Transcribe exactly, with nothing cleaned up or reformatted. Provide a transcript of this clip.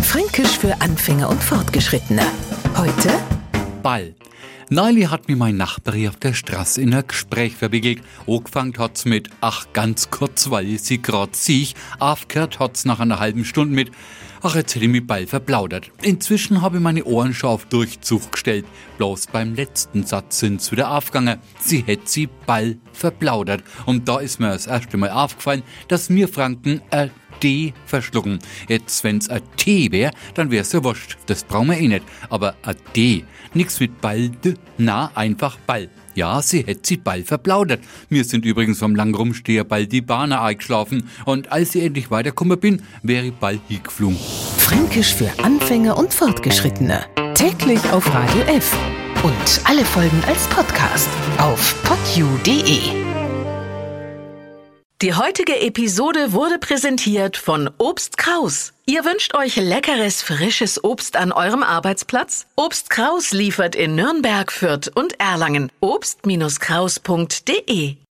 Fränkisch für Anfänger und Fortgeschrittene. Heute Ball. Neulich hat mir mein Nachbarin auf der Straße in ein Gespräch verwickelt. Angefangen hat's mit »Ach, ganz kurz, weil ich sie grad siech«. Aufgehört hat's nach einer halben Stunde mit »Ach, jetzt hätte ich mich Ball verplaudert«. Inzwischen habe ich meine Ohren schon auf Durchzug gestellt. Bloß beim letzten Satz sind's wieder aufgegangen. Sie hätte sie Ball verplaudert. Und da ist mir das erste Mal aufgefallen, dass wir Franken ein D verschlucken. Jetzt, wenn's ein T wär, dann wär's ja wurscht. Das brauchen wir eh nicht. Aber ein D. Nix mit Ball, na, einfach Ball. Ja, sie hätte sie Ball verplaudert. Wir sind übrigens vom lang Rumsteher bald die Bahn eingeschlafen. Und als ich endlich weitergekommen bin, wäre ich Ball hingeflogen. Fränkisch für Anfänger und Fortgeschrittene. Täglich auf Radio F. Und alle Folgen als Podcast auf podu punkt de. Die heutige Episode wurde präsentiert von Obst Kraus. Ihr wünscht euch leckeres, frisches Obst an eurem Arbeitsplatz? Obst Kraus liefert in Nürnberg, Fürth und Erlangen. obst Bindestrich kraus punkt de